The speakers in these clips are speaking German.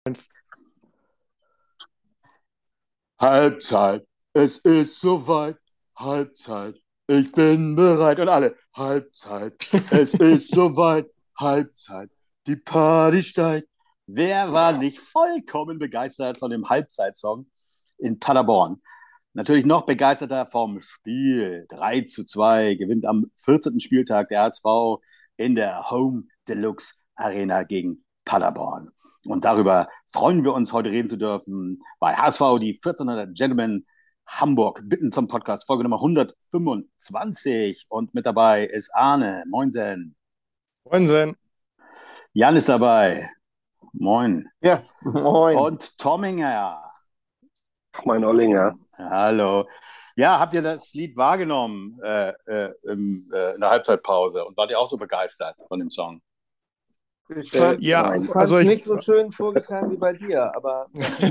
Eins. Halbzeit, es ist soweit. Halbzeit, ich bin bereit. Und alle, Halbzeit, es ist soweit. Halbzeit, die Party steigt. Wer war nicht vollkommen begeistert von dem Halbzeitsong in Paderborn? Natürlich noch begeisterter vom Spiel. 3:2 gewinnt am 14. Spieltag der HSV in der Home Deluxe Arena gegen Paderborn. Und darüber freuen wir uns, heute reden zu dürfen bei HSV, die 1400 Gentlemen Hamburg. Bitten zum Podcast, Folge Nummer 125. Und mit dabei ist Arne. Moinsen. Moinsen. Jan ist dabei. Moin. Ja, moin. Und Tomminger. Moin, Ollinger. Hallo. Ja, habt ihr das Lied wahrgenommen in der Halbzeitpause und wart ihr auch so begeistert von dem Song? Ich fand es Ja, also nicht so schön vorgetragen wie bei dir, aber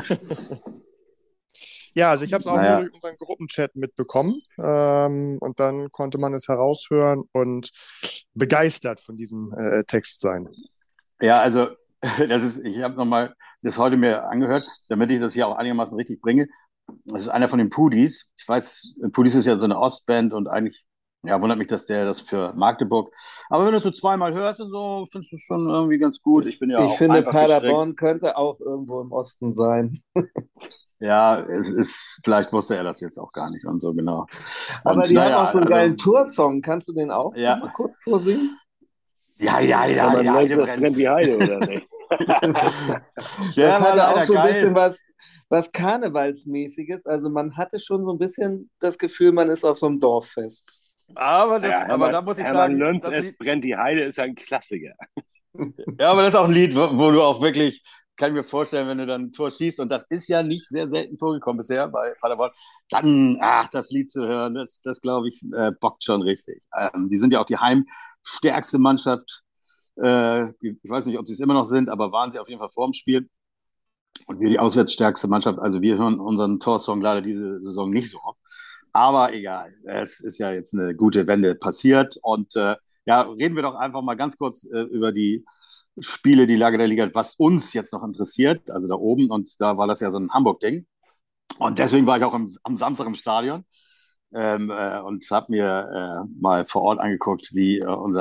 ja, also ich habe es auch Naja. nur durch unseren Gruppenchat mitbekommen, und dann konnte man es heraushören und begeistert von diesem Text sein. Ja, also ich habe nochmal das heute mir angehört, damit ich das hier auch einigermaßen richtig bringe. Das ist einer von den Pudis. Ich weiß, Pudis ist ja so eine Ostband und eigentlich, ja, wundert mich, dass der das für Magdeburg. Aber wenn du es so zweimal hörst und so, findest du es schon irgendwie ganz gut. Ich bin ja ich auch finde, einfach gestrickt. Paderborn könnte auch irgendwo im Osten sein. Ja, vielleicht wusste er das jetzt auch gar nicht und so genau. Aber Und die haben naja, auch so einen also, geilen Toursong. Kannst du den auch ja, noch mal kurz vorsingen? ja, Man die nennt Heide das brennt. brennt die Heide, oder nicht? Der Das war hatte auch leider so ein geil. bisschen was Karnevalsmäßiges. Also man hatte schon so ein bisschen das Gefühl, man ist auf so einem Dorffest. Aber Hermann, da muss ich Hermann sagen, Löns, das es Lied, brennt die Heide ist ein Klassiker. ja, aber das ist auch ein Lied, wo du auch wirklich, kann ich mir vorstellen, wenn du dann ein Tor schießt, und das ist ja nicht sehr selten vorgekommen bisher bei Paderborn, dann, das Lied zu hören, das glaube ich, bockt schon richtig. Die sind ja auch die heimstärkste Mannschaft. Ich weiß nicht, ob sie es immer noch sind, aber waren sie auf jeden Fall vor dem Spiel. Und wir die auswärtsstärkste Mannschaft. Also wir hören unseren Torsong leider diese Saison nicht so. Aber egal, es ist ja jetzt eine gute Wende passiert. Und ja, reden wir doch einfach mal ganz kurz über die Spiele, die Lage der Liga, was uns jetzt noch interessiert, also da oben. Und da war das ja so ein Hamburg-Ding. Und deswegen war ich auch am Samstag im Stadion und habe mir mal vor Ort angeguckt, wie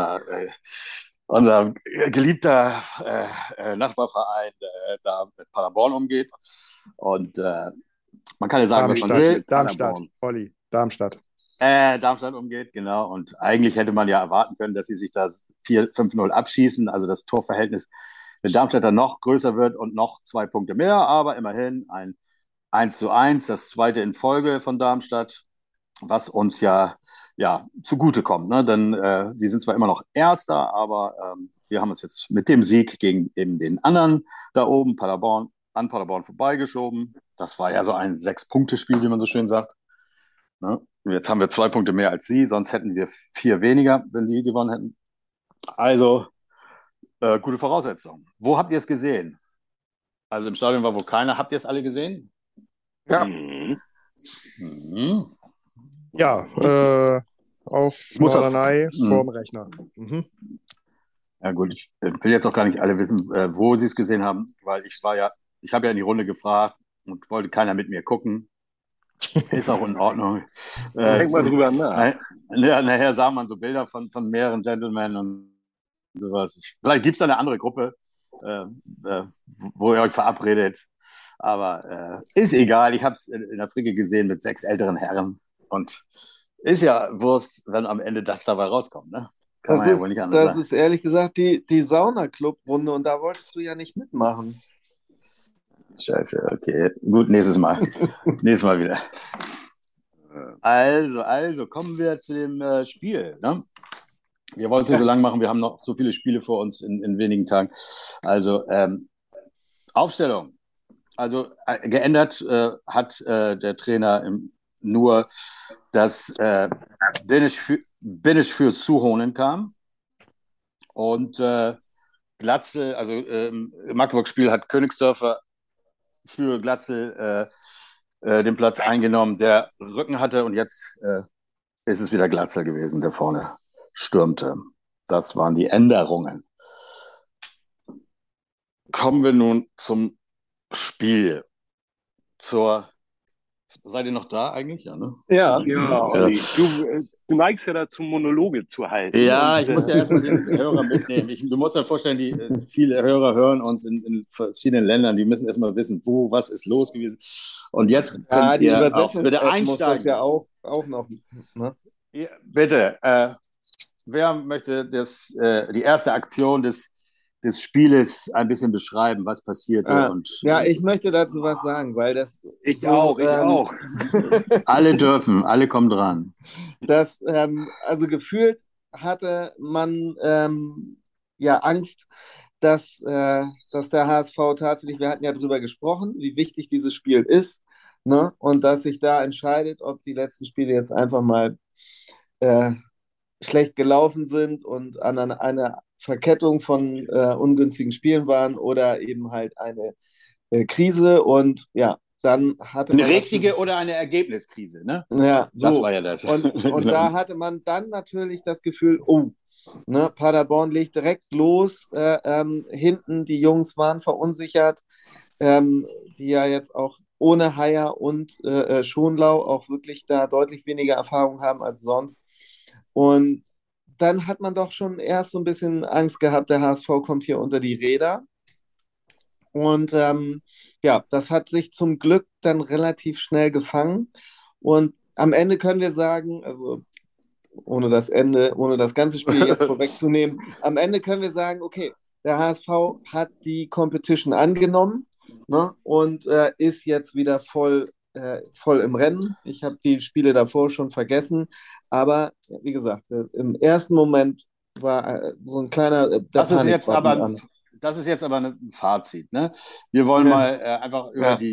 unser geliebter Nachbarverein da mit Paderborn umgeht. Und man kann ja sagen, was man will. Darmstadt, Olli, Darmstadt. Darmstadt umgeht, genau. Und eigentlich hätte man ja erwarten können, dass sie sich das 4-5-0 abschießen, also das Torverhältnis mit Darmstadt dann noch größer wird und noch 2 Punkte mehr, aber immerhin ein 1:1, das zweite in Folge von Darmstadt, was uns ja zugutekommt. Ne? Denn sie sind zwar immer noch Erster, aber wir haben uns jetzt mit dem Sieg gegen eben den anderen da oben, an Paderborn vorbeigeschoben. Das war ja so ein 6-Punkte-Spiel, wie man so schön sagt. Ne? Jetzt haben wir 2 Punkte mehr als sie, sonst hätten wir 4 weniger, wenn sie gewonnen hätten. Also gute Voraussetzungen. Wo habt ihr es gesehen? Also im Stadion war wohl keiner. Habt ihr es alle gesehen? Ja. Mhm. Mhm. Ja, auf muss das- Norderney Mhm. vorm Rechner. Mhm. Ja gut, ich will jetzt auch gar nicht alle wissen, wo sie es gesehen haben, weil ich habe ja in die Runde gefragt und wollte keiner mit mir gucken. Ist auch in Ordnung. Denk mal drüber nach. Nachher sah man so Bilder von mehreren Gentlemen und sowas. Vielleicht gibt es da eine andere Gruppe, wo ihr euch verabredet. Aber ist egal. Ich habe es in der Fricke gesehen mit 6 älteren Herren. Und ist ja Wurst, wenn am Ende das dabei rauskommt. Ne? Kann Das man ja wohl nicht anders das sagen. ist ehrlich gesagt die Sauna-Club-Runde und da wolltest du ja nicht mitmachen. Scheiße, okay. Gut, nächstes Mal. Nächstes Mal wieder. Also, kommen wir zu dem Spiel. Ne? Wir wollen es nicht so lang machen. Wir haben noch so viele Spiele vor uns in wenigen Tagen. Also, Aufstellung. Also, geändert hat der Trainer nur, dass Binisch für Suhonen kam und Glatzel, also im Magdeburg-Spiel hat Königsdörfer für Glatzel den Platz eingenommen, der Rücken hatte, und jetzt ist es wieder Glatzel gewesen, der vorne stürmte. Das waren die Änderungen. Kommen wir nun zum Spiel zur. Seid ihr noch da eigentlich? Ja, ne? Ja. Ja, Olli, du neigst ja dazu, Monologe zu halten. Ja, Und, ich muss ja erstmal die Hörer mitnehmen. Du musst dir vorstellen, viele Hörer hören uns in verschiedenen Ländern. Die müssen erstmal wissen, was ist los gewesen. Und jetzt Ja, könnt die ihr auch bitte Übersetzungs-App muss das einsteigen. ja auch noch. Ne? Bitte, wer möchte die erste Aktion des Spieles ein bisschen beschreiben, was passierte? Ja, ich möchte dazu was sagen, weil das ich so, auch. Alle dürfen, alle kommen dran. also gefühlt hatte man ja Angst, dass der HSV tatsächlich, wir hatten ja drüber gesprochen, wie wichtig dieses Spiel ist, ne? Und dass sich da entscheidet, ob die letzten Spiele jetzt einfach mal äh, schlecht gelaufen sind und an einer Verkettung von ungünstigen Spielen waren oder eben halt eine Krise. Und ja, dann hatte Eine man richtige oder eine Ergebniskrise, ne? ja, Das so. war ja das. Und da hatte man dann natürlich das Gefühl, oh, ne, Paderborn legt direkt los. Hinten, die Jungs waren verunsichert, die ja jetzt auch ohne Haier und Schonlau auch wirklich da deutlich weniger Erfahrung haben als sonst. Und dann hat man doch schon erst so ein bisschen Angst gehabt, der HSV kommt hier unter die Räder. Und ja, das hat sich zum Glück dann relativ schnell gefangen. Und am Ende können wir sagen, also ohne das ganze Spiel jetzt vorwegzunehmen, am Ende können wir sagen, okay, der HSV hat die Competition angenommen, ne, und ist jetzt wieder voll im Rennen. Ich habe die Spiele davor schon vergessen, aber wie gesagt, im ersten Moment war so ein kleiner der Das ist jetzt Panikbutton aber, an. das ist jetzt aber ein Fazit, ne? Wir wollen mal einfach über Ja.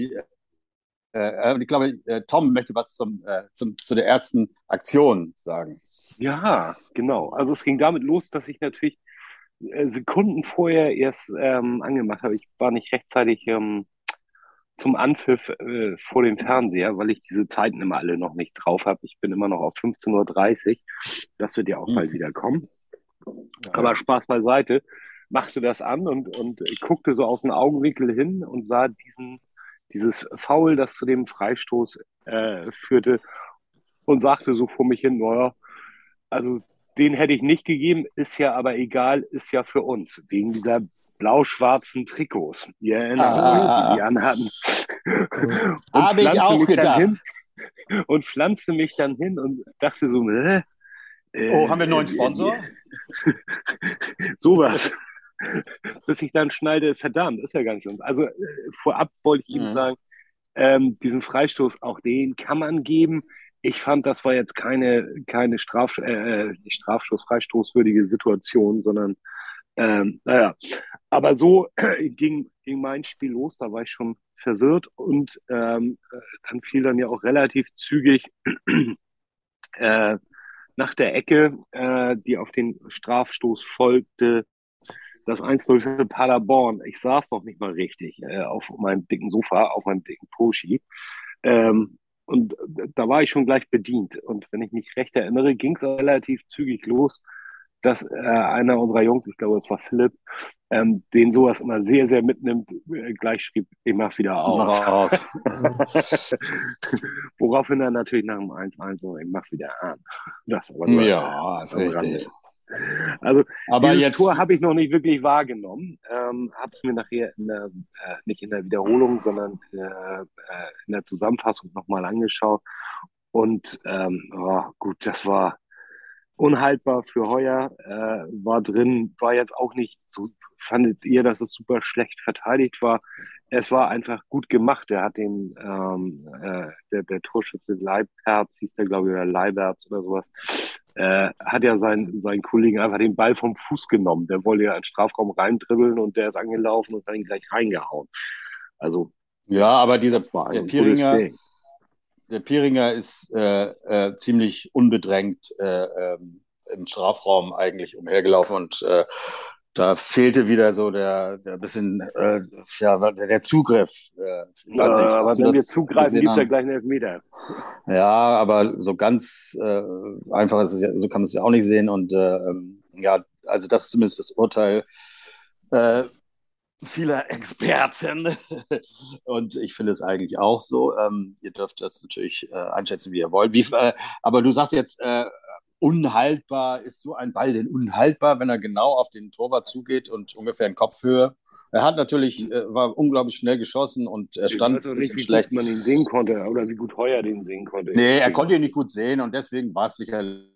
ich glaube, Tom möchte was zu der ersten Aktion sagen. Ja, genau. Also es ging damit los, dass ich natürlich Sekunden vorher erst angemacht habe. Ich war nicht rechtzeitig zum Anpfiff vor dem Fernseher, weil ich diese Zeiten immer alle noch nicht drauf habe. Ich bin immer noch auf 15:30 Uhr. Das wird ja auch bald wieder kommen. Aber Spaß beiseite, machte das an und guckte so aus dem Augenwinkel hin und sah dieses Foul, das zu dem Freistoß führte und sagte so vor mich hin, naja, also den hätte ich nicht gegeben, ist ja aber egal, ist ja für uns, wegen dieser blau-schwarzen Trikots. Ihr erinnert euch, die sie anhatten. Und Habe ich auch gedacht. pflanzte mich dann hin und dachte so, haben wir einen neuen Sponsor? Sowas. Bis ich dann schneide, verdammt, ist ja gar nicht uns. Also vorab wollte ich ihm sagen, diesen Freistoß, auch den kann man geben. Ich fand, das war jetzt keine Strafstoß, freistoßwürdige Situation, sondern naja. Aber so ging mein Spiel los, da war ich schon verwirrt und dann fiel dann ja auch relativ zügig nach der Ecke, die auf den Strafstoß folgte, das 1:0 für Paderborn. Ich saß noch nicht mal richtig auf meinem dicken Sofa, auf meinem dicken Poschi. Und da war ich schon gleich bedient. Und wenn ich mich recht erinnere, ging es relativ zügig los, dass einer unserer Jungs, ich glaube, es war Philipp, den sowas immer sehr, sehr mitnimmt, gleich schrieb, ich mach wieder aus. Woraufhin er natürlich nach dem 1:1 so, ich mach wieder an. Das aber nur, ja, ist richtig. Also aber dieses jetzt Tor habe ich noch nicht wirklich wahrgenommen. Habe es mir nachher nicht in der Wiederholung, sondern in der Zusammenfassung nochmal angeschaut. Und gut, das war unhaltbar für Heuer, war drin, war jetzt auch nicht so, fandet ihr, dass es super schlecht verteidigt war? Es war einfach gut gemacht. Er hat der Torschütze Leipertz, hieß der, glaube ich, oder Leibertz oder sowas, hat ja seinen Kollegen einfach den Ball vom Fuß genommen. Der wollte ja in den Strafraum reindribbeln und der ist angelaufen und hat ihn gleich reingehauen. Also, ja, aber der Piringer ist ziemlich unbedrängt im Strafraum eigentlich umhergelaufen und da fehlte wieder so der bisschen der Zugriff. Ich weiß nicht, aber wenn wir zugreifen, gibt es ja gleich einen Elfmeter. Ja, aber so ganz einfach ist es ja, so kann man es ja auch nicht sehen. Und ja, also das ist zumindest das Urteil. vieler Experten. Und ich finde es eigentlich auch so. Ihr dürft das natürlich einschätzen, wie ihr wollt. Aber du sagst jetzt, unhaltbar, ist so ein Ball denn unhaltbar, wenn er genau auf den Torwart zugeht und ungefähr in Kopfhöhe? Er hat natürlich, war unglaublich schnell geschossen und er Ich stand weiß ein auch nicht, bisschen wie gut schlecht. man ihn sehen konnte oder wie gut Heuer den sehen konnte im Nee, er Spiel. konnte ihn nicht gut sehen und deswegen war es sicherlich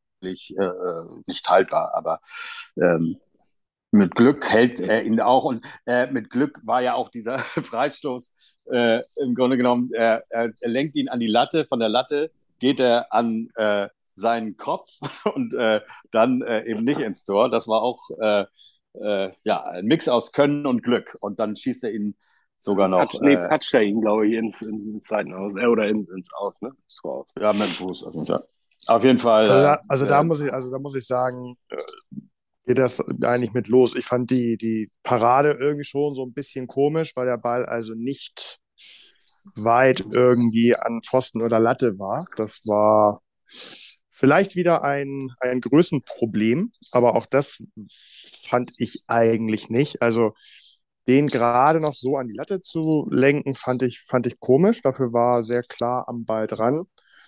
nicht haltbar. Aber ähm, mit Glück hält er ihn auch und mit Glück war ja auch dieser Freistoß im Grunde genommen, er lenkt ihn an die Latte, von der Latte geht er an seinen Kopf und dann eben nicht ins Tor. Das war auch ja, ein Mix aus Können und Glück und dann schießt er ihn sogar noch Patscht er ihn, glaube ich, ins Seitenhaus, oder ins Aus, ne? Ins Tor aus. ja, mit dem Fuß. Also, ja. Auf jeden Also Fall, da muss ich sagen, geht das eigentlich mit los. Ich fand die Parade irgendwie schon so ein bisschen komisch, weil der Ball also nicht weit irgendwie an Pfosten oder Latte war. Das war vielleicht wieder ein Größenproblem, aber auch das fand ich eigentlich nicht. Also den gerade noch so an die Latte zu lenken, fand ich komisch. Dafür war er sehr klar am Ball dran.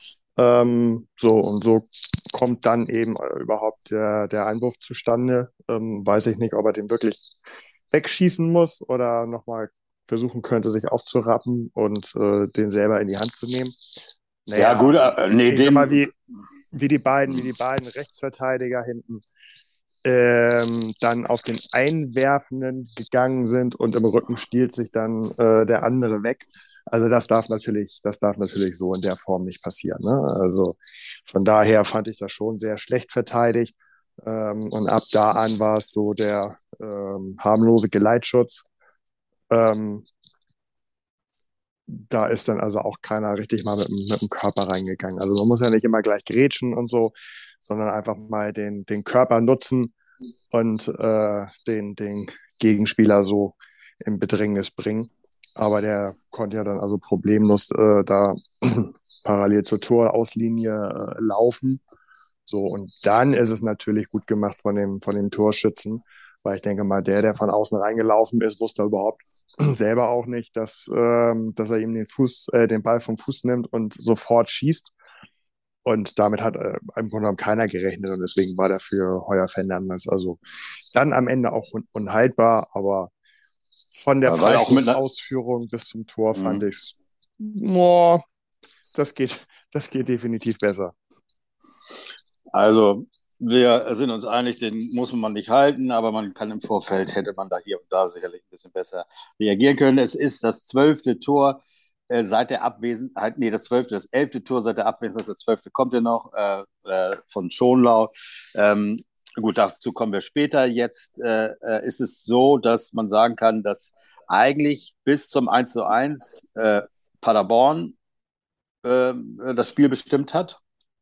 So und so kommt dann eben überhaupt der Einwurf zustande. Weiß ich nicht, ob er den wirklich wegschießen muss oder nochmal versuchen könnte, sich aufzurappen und den selber in die Hand zu nehmen. ja Naja, gut, und nee, ich sag mal, dem, wie die beiden Rechtsverteidiger hinten dann auf den Einwerfenden gegangen sind und im Rücken stiehlt sich dann der andere weg. Also das darf natürlich so in der Form nicht passieren. Ne? Also von daher fand ich das schon sehr schlecht verteidigt. Und ab da an war es so der harmlose Geleitschutz. Ähm, Da ist dann also auch keiner richtig mal mit dem Körper reingegangen. Also man muss ja nicht immer gleich grätschen und so, sondern einfach mal den Körper nutzen und den Gegenspieler so in Bedrängnis bringen. Aber der konnte ja dann also problemlos da parallel zur Torauslinie laufen. So, und dann ist es natürlich gut gemacht von dem Torschützen, weil ich denke mal, der von außen reingelaufen ist, wusste überhaupt selber auch nicht, dass er ihm den Ball vom Fuß nimmt und sofort schießt. Und damit hat im Grunde genommen keiner gerechnet und deswegen war der für Heuer Fernandes also dann am Ende auch unhaltbar, aber von der weil auch mit einer, Freistoßausführung bis zum Tor fand mhm. ich es, boah, das geht definitiv besser. Also wir sind uns einig, den muss man nicht halten, aber man kann im Vorfeld, hätte man da hier und da sicherlich ein bisschen besser reagieren können. Es ist das 12. Tor seit der Abwesenheit, nee, das 11. Tor seit der Abwesenheit, das 12. kommt ja noch von Schonlau. Gut, dazu kommen wir später. Jetzt ist es so, dass man sagen kann, dass eigentlich bis zum 1:1 Paderborn das Spiel bestimmt hat.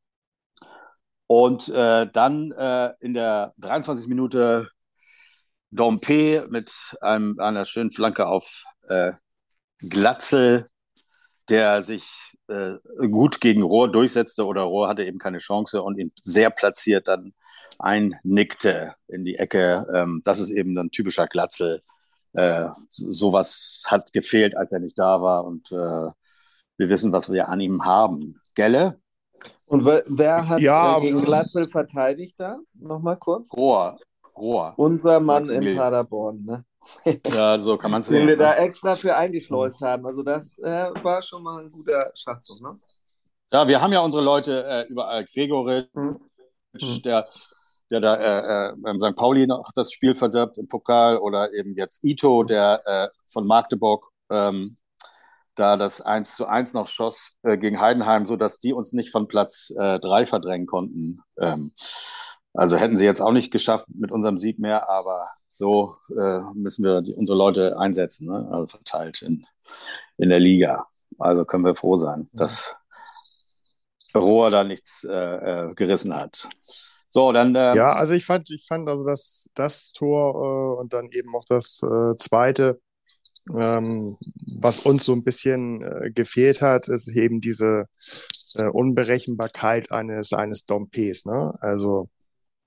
Und dann in der 23. Minute Dompe mit einer schönen Flanke auf Glatzel, der sich gut gegen Rohr durchsetzte oder Rohr hatte eben keine Chance und ihn sehr platziert dann einnickte in die Ecke. Das ist eben dann typischer Glatzel. Sowas hat gefehlt, als er nicht da war und wir wissen, was wir an ihm haben. Gelle? Und wer hat Ja, gegen Glatzel verteidigt da? Nochmal kurz. Rohr. Rohr. Unser Mann in Maximilian. Paderborn, ne? Ja, so kann man es Den wir sehen. da Ne? extra für eingeschleust haben. Also das war schon mal ein guter Schachzug, ne? Ja, wir haben ja unsere Leute überall. Gregoritsch, Hm. Hm. der da beim St. Pauli noch das Spiel verdirbt im Pokal oder eben jetzt Ito, der von Magdeburg da das 1:1 noch schoss gegen Heidenheim, sodass die uns nicht von Platz 3 verdrängen konnten. Also hätten sie jetzt auch nicht geschafft mit unserem Sieg mehr, aber so müssen wir unsere Leute einsetzen, ne? Also verteilt in der Liga. Also können wir froh sein, dass Rohr da nichts gerissen hat. So, dann ja, also ich fand also das Tor und dann eben auch das zweite, was uns so ein bisschen gefehlt hat, ist eben diese Unberechenbarkeit eines Dompes, ne? Also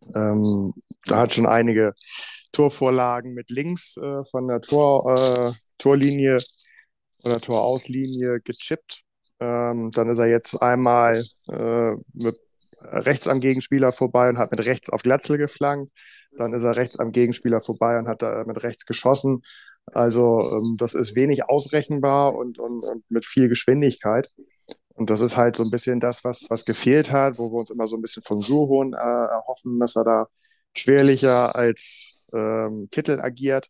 Da hat schon einige Torvorlagen mit links von der Torlinie oder Torauslinie gechippt. Dann ist er jetzt einmal mit rechts am Gegenspieler vorbei und hat mit rechts auf Glatzel geflankt. Dann ist er rechts am Gegenspieler vorbei und hat da mit rechts geschossen. Also das ist wenig ausrechenbar und mit viel Geschwindigkeit. Und das ist halt so ein bisschen das, was gefehlt hat, wo wir uns immer so ein bisschen von Suhohn erhoffen, dass er da querlicher als Kittel agiert.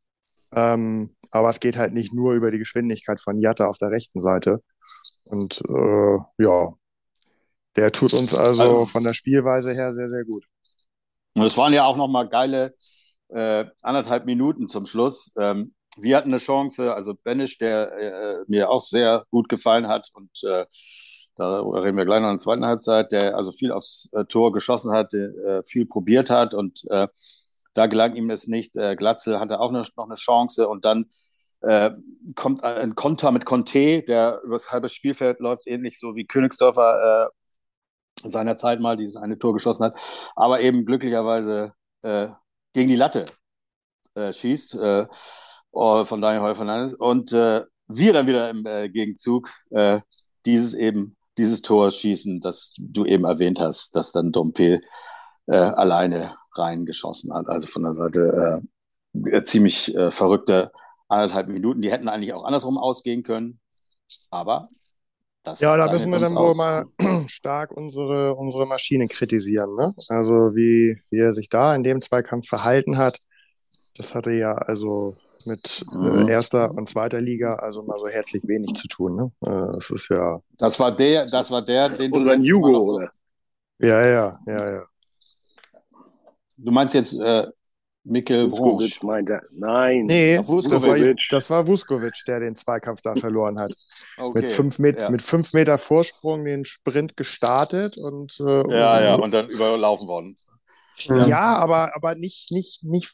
Aber es geht halt nicht nur über die Geschwindigkeit von Jatta auf der rechten Seite. Und ja, der tut uns also Also, von der Spielweise her sehr, sehr gut. und es waren ja auch nochmal geile 1,5 Minuten zum Schluss. Wir hatten eine Chance, also Benisch, der mir auch sehr gut gefallen hat und da reden wir gleich noch in der zweiten Halbzeit, der also viel aufs Tor geschossen hat, viel probiert hat und da gelang ihm es nicht. Glatzel hatte auch noch eine Chance und dann äh, kommt ein Konter mit Conte, der übers halbe Spielfeld läuft, ähnlich so wie Königsdörfer seinerzeit mal dieses eine Tor geschossen hat, aber eben glücklicherweise gegen die Latte schießt von Daniel Heuer Fernandes und wir dann wieder im Gegenzug dieses Tor schießen, das du eben erwähnt hast, das dann Dompe alleine reingeschossen hat. Also von der Seite ziemlich verrückte 1,5 Minuten. Die hätten eigentlich auch andersrum ausgehen können, aber Ja, das da müssen zeichnet wir uns dann wohl aus. mal stark unsere Maschine kritisieren, ne? Also wie er sich da in dem Zweikampf verhalten hat, das hatte ja also mit Mhm. erster und zweiter Liga also mal so herzlich wenig zu tun, ne? Das ist ja, Das war der, den du Unseren letztes Mal Jugo, noch so. oder? ja. Du meinst jetzt Mikkel Bronsch. Vuskovic meint er. Nein, Nee, Auf Vuskovic. Vuskovic. das war Vuskovic, der den Zweikampf da verloren hat. Okay, ja. Mit 5 Meter Vorsprung den Sprint gestartet und Ja, ja, und dann überlaufen worden. Ja. Ja. ja, aber nicht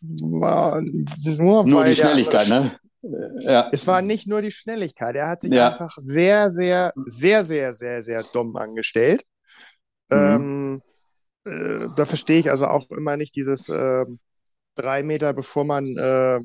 nur, Nur die weil der andere. Schnelligkeit, ne? Ja, Es war nicht nur die Schnelligkeit. Er hat sich ja. einfach sehr, sehr, sehr, sehr, sehr, sehr dumm angestellt. Mhm. Ähm, Da verstehe ich also auch immer nicht dieses 3 Meter, bevor man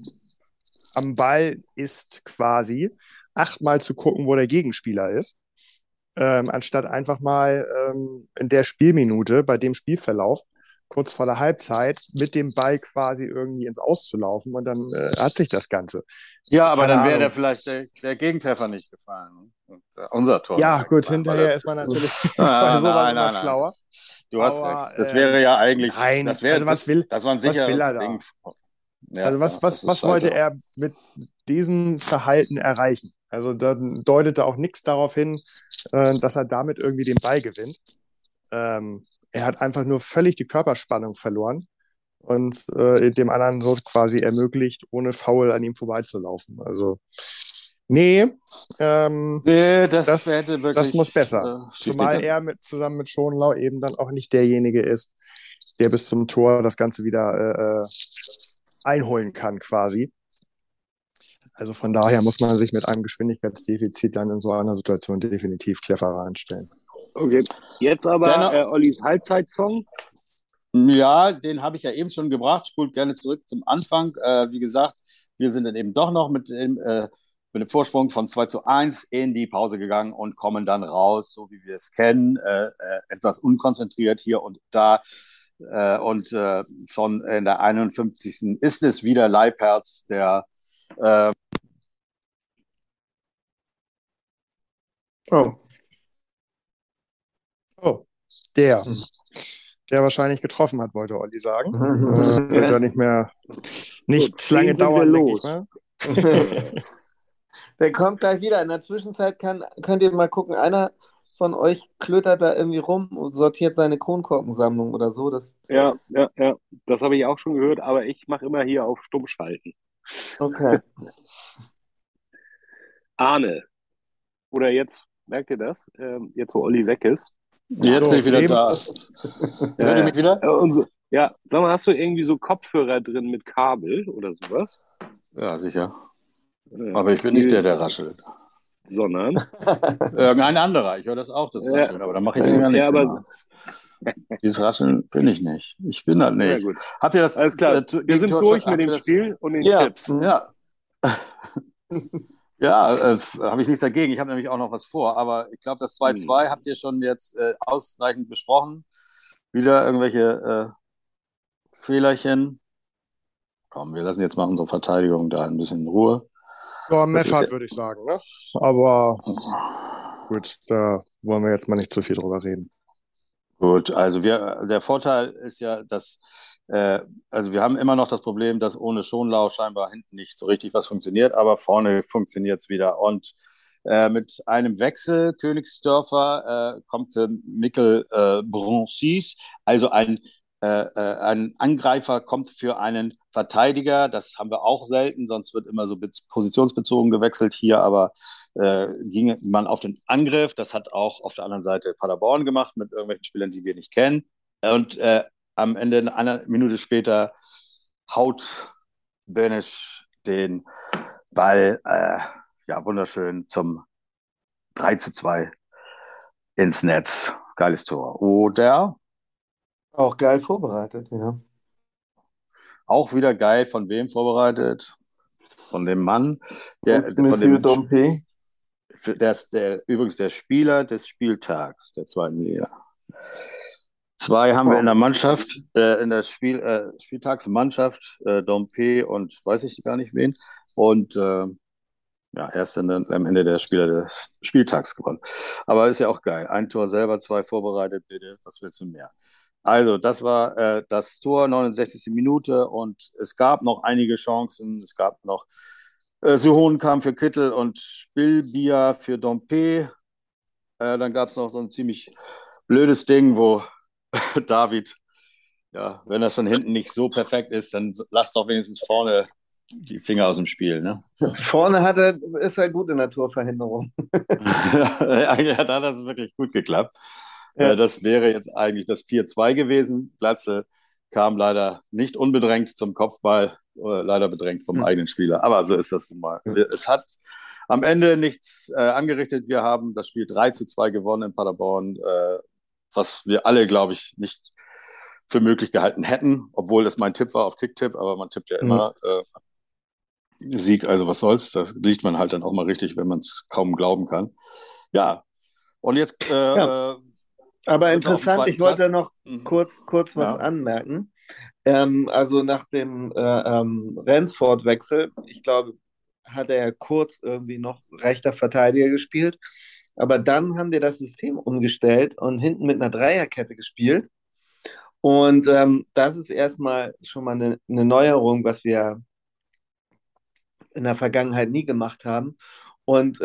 am Ball ist, quasi, 8-mal zu gucken, wo der Gegenspieler ist. Anstatt einfach mal in der Spielminute, bei dem Spielverlauf, kurz vor der Halbzeit, mit dem Ball quasi irgendwie ins Aus zu laufen und dann hat sich das Ganze. Ja, aber Keine dann wäre der Ahnung. vielleicht der Gegentreffer nicht gefallen. Ne? Und unser Tor Ja, wäre gut, gefallen, weil er. hinterher ist man natürlich bei Ah, sowas nein, immer nein, nein. schlauer. Du hast recht. Aber Das wäre ja eigentlich, nein, also das war ein was will er sicheres da? Ding. Ja, Also ja, das ist was wollte scheiße. er mit diesem Verhalten erreichen? Also da deutete auch nichts darauf hin, dass er damit irgendwie den Ball gewinnt. Er hat einfach nur völlig die Körperspannung verloren und dem anderen so quasi ermöglicht, ohne Foul an ihm vorbeizulaufen. Also, nee, Nee, das hätte das muss wirklich besser. schief gehen Zumal können. er zusammen mit Schonlau eben dann auch nicht derjenige ist, der bis zum Tor das Ganze wieder einholen kann, quasi. Also von daher muss man sich mit einem Geschwindigkeitsdefizit dann in so einer Situation definitiv cleverer anstellen. Okay. Jetzt aber Dennoch, Ollis Halbzeitsong. ja, den habe ich ja eben schon gebracht. Spult gerne zurück zum Anfang. Wie gesagt, wir sind dann eben doch noch mit dem Vorsprung von 2:1 in die Pause gegangen und kommen dann raus, so wie wir es kennen, etwas unkonzentriert hier und da. Und schon in der 51. ist es wieder Leipertz, der äh, Oh. Oh, der wahrscheinlich getroffen hat, wollte Olli sagen. Wird da So, nicht 10 lange sind wir dauern, denke ich los. mal. Der kommt gleich wieder. In der Zwischenzeit könnt ihr mal gucken, einer von euch klötert da irgendwie rum und sortiert seine Kronkorkensammlung oder so. Ja. Das habe ich auch schon gehört, aber ich mache immer hier auf Stumm schalten. Okay. Arne. Oder jetzt, merkt ihr das? Jetzt, wo Olli weg ist. jetzt bin So, ich wieder da. Hört ihr mich wieder? Und so, ja, sag mal, hast du irgendwie so Kopfhörer drin mit Kabel oder sowas? Ja, sicher. Ja, Aber ich bin nicht der raschelt. sondern. Irgendein anderer. Ich höre das auch, das Rascheln, aber da mache ich ja Ja, nichts aber immer. Dieses Rascheln bin ich nicht. Ich bin das Na nicht. gut. Habt ihr das Alles klar. Wir sind Gegentor schon? durch mit Habt ihr dem das? Spiel und den Ja, Tipps. Ja. Ja, habe ich nichts dagegen. Ich habe nämlich auch noch was vor. Aber ich glaube, das 2:2 Hm. habt ihr schon jetzt ausreichend besprochen. Wieder irgendwelche Fehlerchen. Komm, wir lassen jetzt mal unsere Verteidigung da ein bisschen in Ruhe. Ja, Das ist ja. Meffert, würde ich sagen, ne? Aber gut, da wollen wir jetzt mal nicht zu viel drüber reden. Gut, also der Vorteil ist ja, dass, also wir haben immer noch das Problem, dass ohne Schonlau scheinbar hinten nicht so richtig was funktioniert, aber vorne funktioniert es wieder. Und mit einem Wechsel Königsdörfer kommt Mikkel Bronsis, also ein Angreifer kommt für einen Verteidiger. Das haben wir auch selten, sonst wird immer so positionsbezogen gewechselt hier, aber ging man auf den Angriff. Das hat auch auf der anderen Seite Paderborn gemacht mit irgendwelchen Spielern, die wir nicht kennen. Und am Ende, eine Minute später, haut Benisch den Ball ja wunderschön zum 3:2 ins Netz. Geiles Tor. Oder auch geil vorbereitet, ja. auch wieder geil, von wem vorbereitet? Von dem Mann, Aus von Monsieur dem, Dompe. übrigens der Spieler des Spieltags der zweiten Liga. Zwei haben wir in der Wow. Mannschaft, in der Spieltagsmannschaft, Dompe und weiß ich gar nicht wen. Und ja, er ist dann am Ende der Spieler des Spieltags gewonnen. Aber ist ja auch geil. Ein Tor selber, zwei vorbereitet, bitte. Was willst du mehr? Also, das war das Tor, 69. Minute. Und es gab noch einige Chancen. Es gab noch Suhonen kam für Kittel und Bilbia für Dompe. Dann gab es noch so ein ziemlich blödes Ding, wo David, ja, wenn er schon hinten nicht so perfekt ist, dann lass doch wenigstens vorne die Finger aus dem Spiel, ne? Vorne ist er gut in der Torverhinderung. Eigentlich hat das wirklich gut geklappt. Ja. Das wäre jetzt eigentlich das 4:2 gewesen. Glatzel kam leider nicht unbedrängt zum Kopfball, leider bedrängt vom eigenen Spieler. Aber so ist das nun mal. Es hat am Ende nichts angerichtet. Wir haben das Spiel 3:2 gewonnen in Paderborn, was wir alle, glaube ich, nicht für möglich gehalten hätten, obwohl das mein Tipp war auf Kicktipp, aber man tippt ja immer Sieg, also was soll's. Da liegt man halt dann auch mal richtig, wenn man es kaum glauben kann. Ja, und jetzt Ja, aber sind wir auf dem interessant, zweiten ich wollte Platz. noch Mhm. kurz was Ja. anmerken. Also nach dem Ransford-Wechsel, ich glaube, hat er ja kurz irgendwie noch rechter Verteidiger gespielt. Aber dann haben wir das System umgestellt und hinten mit einer Dreierkette gespielt. Und das ist erstmal schon mal eine Neuerung, was wir in der Vergangenheit nie gemacht haben. Und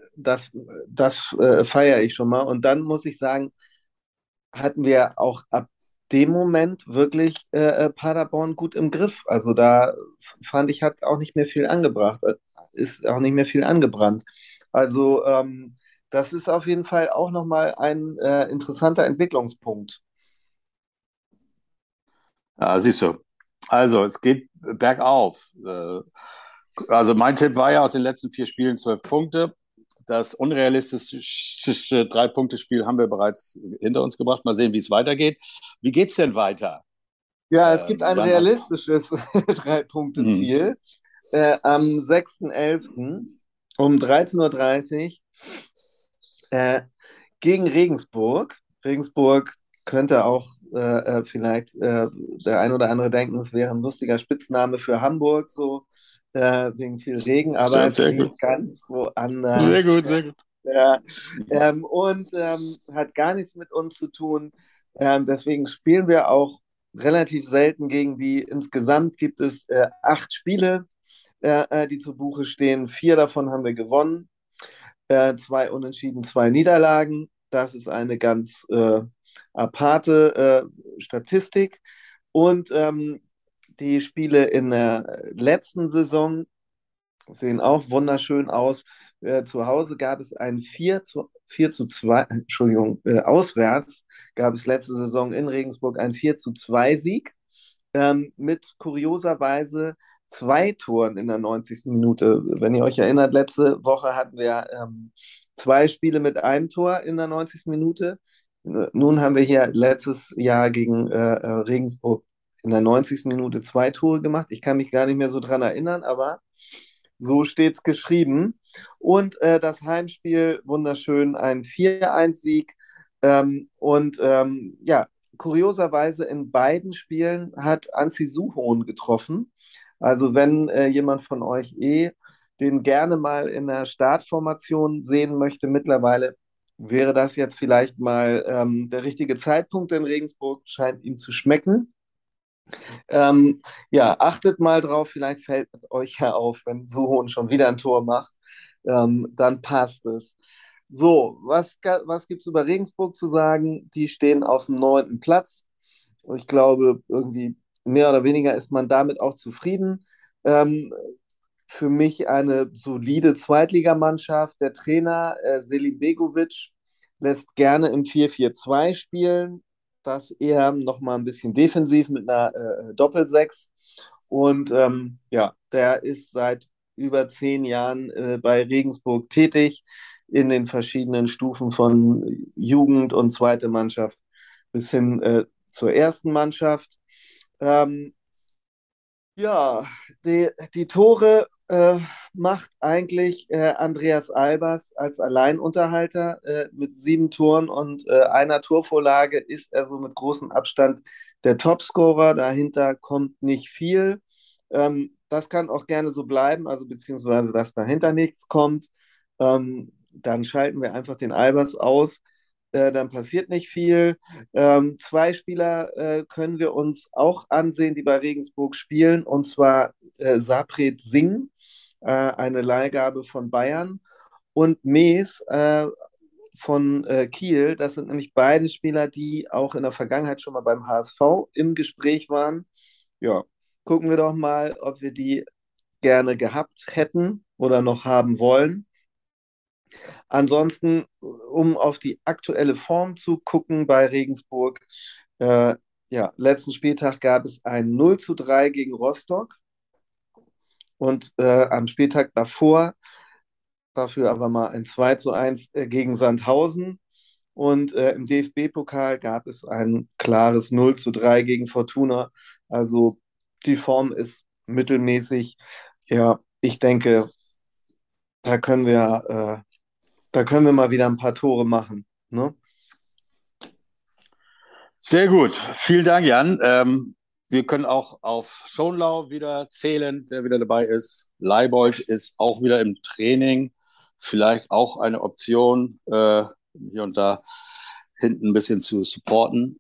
das feiere ich schon mal. Und dann muss ich sagen, hatten wir auch ab dem Moment wirklich Paderborn gut im Griff. Also da fand ich, hat auch nicht mehr viel angebracht, ist auch nicht mehr viel angebrannt. Also das ist auf jeden Fall auch nochmal ein interessanter Entwicklungspunkt. Ja, siehst du. Also, es geht bergauf. Also, mein Tipp war ja aus den letzten 4 Spielen 12 Punkte. Das unrealistische 3-Punkte-Spiel haben wir bereits hinter uns gebracht. Mal sehen, wie es weitergeht. Wie geht es denn weiter? Ja, es gibt ein Jan, hast. realistisches Mhm. Drei-Punkte-Ziel am 6.11. um 13:30 Uhr gegen Regensburg. Regensburg könnte auch vielleicht der ein oder andere denken, es wäre ein lustiger Spitzname für Hamburg, so wegen viel Regen, aber Sehr, es sehr gut. liegt ganz Sehr woanders. gut, sehr gut. Ja, und hat gar nichts mit uns zu tun. Deswegen spielen wir auch relativ selten gegen die. Insgesamt gibt es 8 Spiele, die zu Buche stehen. 4 davon haben wir gewonnen, 2 Unentschieden, 2 Niederlagen. Das ist eine ganz aparte Statistik. Und die Spiele in der letzten Saison sehen auch wunderschön aus. Zu Hause gab es ein 4:2, Entschuldigung, auswärts gab es letzte Saison in Regensburg ein 4:2 Sieg mit kurioserweise 2 Toren in der 90. Minute. Wenn ihr euch erinnert, letzte Woche hatten wir 2 Spiele mit einem Tor in der 90. Minute. Nun haben wir hier letztes Jahr gegen Regensburg in der 90. Minute 2 Tore gemacht. Ich kann mich gar nicht mehr so dran erinnern, aber so steht es geschrieben. Und das Heimspiel, wunderschön, ein 4-1-Sieg. Ja, kurioserweise in beiden Spielen hat Anzi Suhohn getroffen. Also wenn jemand von euch den gerne mal in der Startformation sehen möchte, mittlerweile wäre das jetzt vielleicht mal der richtige Zeitpunkt, denn Regensburg scheint ihm zu schmecken. Ja, achtet mal drauf, vielleicht fällt euch ja auf, wenn Suhohn schon wieder ein Tor macht, dann passt es. So, was gibt es über Regensburg zu sagen? Die stehen auf dem 9. Platz. Und ich glaube, irgendwie mehr oder weniger ist man damit auch zufrieden. Für mich eine solide Zweitligamannschaft. Der Trainer Selim Begovic lässt gerne im 4-4-2 spielen. Das eher noch mal ein bisschen defensiv mit einer Doppelsechs. Und ja, der ist seit über 10 Jahren bei Regensburg tätig in den verschiedenen Stufen von Jugend und zweite Mannschaft bis hin zur ersten Mannschaft. Ja, die Tore macht eigentlich Andreas Albers als Alleinunterhalter. Mit 7 Toren und einer Torvorlage ist er so mit großem Abstand der Topscorer. Dahinter kommt nicht viel. Das kann auch gerne so bleiben, also beziehungsweise dass dahinter nichts kommt. Dann schalten wir einfach den Albers aus. Dann passiert nicht viel. 2 Spieler können wir uns auch ansehen, die bei Regensburg spielen, und zwar Sapret Singh, eine Leihgabe von Bayern, und Mees von Kiel. Das sind nämlich beide Spieler, die auch in der Vergangenheit schon mal beim HSV im Gespräch waren. Ja, gucken wir doch mal, ob wir die gerne gehabt hätten oder noch haben wollen. Ansonsten, um auf die aktuelle Form zu gucken bei Regensburg, ja, letzten Spieltag gab es ein 0-3 gegen Rostock und am Spieltag davor dafür aber mal ein 2-1 gegen Sandhausen, und im DFB-Pokal gab es ein klares 0-3 gegen Fortuna. Also die Form ist mittelmäßig. Ja, ich denke, da können wir mal wieder ein paar Tore machen. Ne? Sehr gut. Vielen Dank, Jan. Wir können auch auf Schonlau wieder zählen, der wieder dabei ist. Leibold ist auch wieder im Training. Vielleicht auch eine Option, hier und da hinten ein bisschen zu supporten.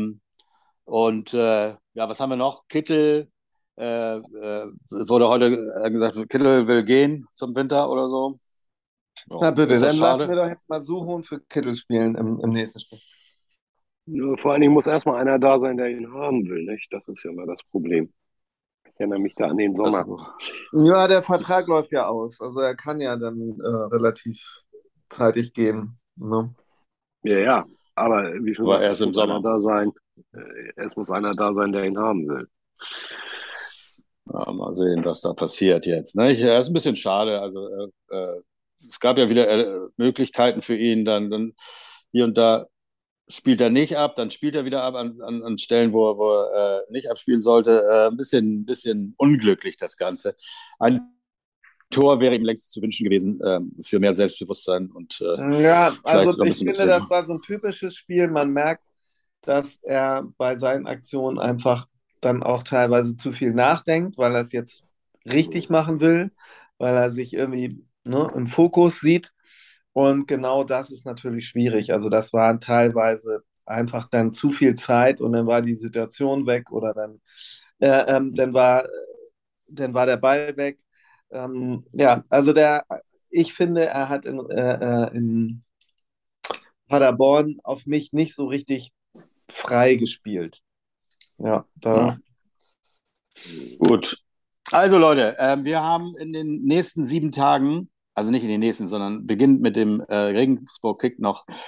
Ja, was haben wir noch? Kittel, wurde heute gesagt, Kittel will gehen zum Winter oder so. Ja, Na bitte, ist das dann lassen wir schade? doch jetzt mal Suhohn für Kittel spielen im nächsten Spiel. Nur vor allen Dingen muss erstmal einer da sein, der ihn haben will, nicht? Das ist ja immer das Problem. Ich erinnere mich da an den Das, Sommer. Ja, der Vertrag läuft ja aus. Also er kann ja dann relativ zeitig gehen. Ne? Ja, ja. Aber wie schon aber gesagt, erst es im muss einer Sommer. da sein. Es muss einer da sein, der ihn haben will. Ja, mal sehen, was da passiert jetzt. Ne? Ja, ist ein bisschen schade. Also es gab ja wieder Möglichkeiten für ihn. Dann hier und da spielt er nicht ab, dann spielt er wieder ab an Stellen, wo er nicht abspielen sollte. Ein bisschen unglücklich das Ganze. Ein Tor wäre ihm längst zu wünschen gewesen, für mehr Selbstbewusstsein und Ja, vielleicht also noch ein ich bisschen finde, Swing. das war so ein typisches Spiel. Man merkt, dass er bei seinen Aktionen einfach dann auch teilweise zu viel nachdenkt, weil er es jetzt richtig machen will, weil er sich irgendwie, ne, im Fokus sieht. Und genau das ist natürlich schwierig. Also das war teilweise einfach dann zu viel Zeit und dann war die Situation weg, oder äh, ähm, dann war, dann war der Ball weg. Ja, also ich finde, er hat in Paderborn auf mich nicht so richtig frei gespielt. Ja, Ja, gut. Also Leute, wir haben in den nächsten 7 Tagen, also nicht in den nächsten, sondern beginnend mit dem Regensburg-Kick noch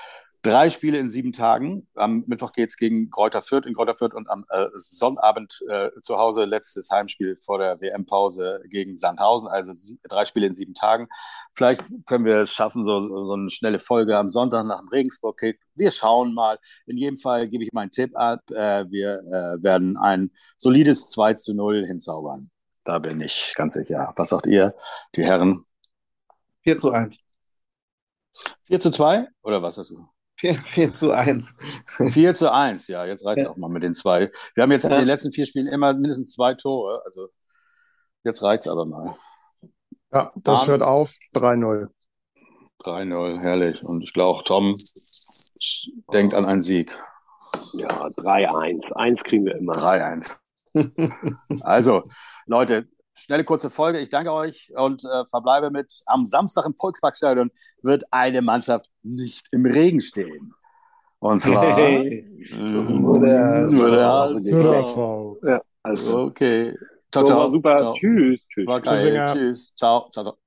3 Spiele in 7 Tagen. Am Mittwoch geht es gegen Greuther Fürth in Greuther Fürth und am Sonnabend zu Hause letztes Heimspiel vor der WM-Pause gegen Sandhausen. Also 3 Spiele in 7 Tagen. Vielleicht können wir es schaffen, so eine schnelle Folge am Sonntag nach dem Regensburg-Kick. Wir schauen mal. In jedem Fall gebe ich meinen Tipp ab. Wir werden ein solides 2:0 hinzaubern. Da bin ich ganz sicher. Was sagt ihr, die Herren? 4:1. 4:2? Oder was hast du? 4:1. 4:1, ja, jetzt reicht es Ja. auch mal mit den 2. Wir haben jetzt in Ja. den letzten 4 Spielen immer mindestens 2 Tore, also jetzt reicht es aber mal. Ja, das Arne? hört auf 3:0. 3:0, herrlich. Und ich glaube, Tom denkt an einen Sieg. Ja, 3:1. 1 kriegen wir immer. 3:1. Also, Leute, schnelle kurze Folge. Ich danke euch und verbleibe mit: Am Samstag im Volksparkstadion wird eine Mannschaft nicht im Regen stehen. Und zwar Hey. nur der HSV. HSV. Ja, also, Okay. Ciao, so war ciao. super. Ciao. Tschüss. Tschüss. War Tschüss, geil. Inga. Tschüss. Ciao. Ciao.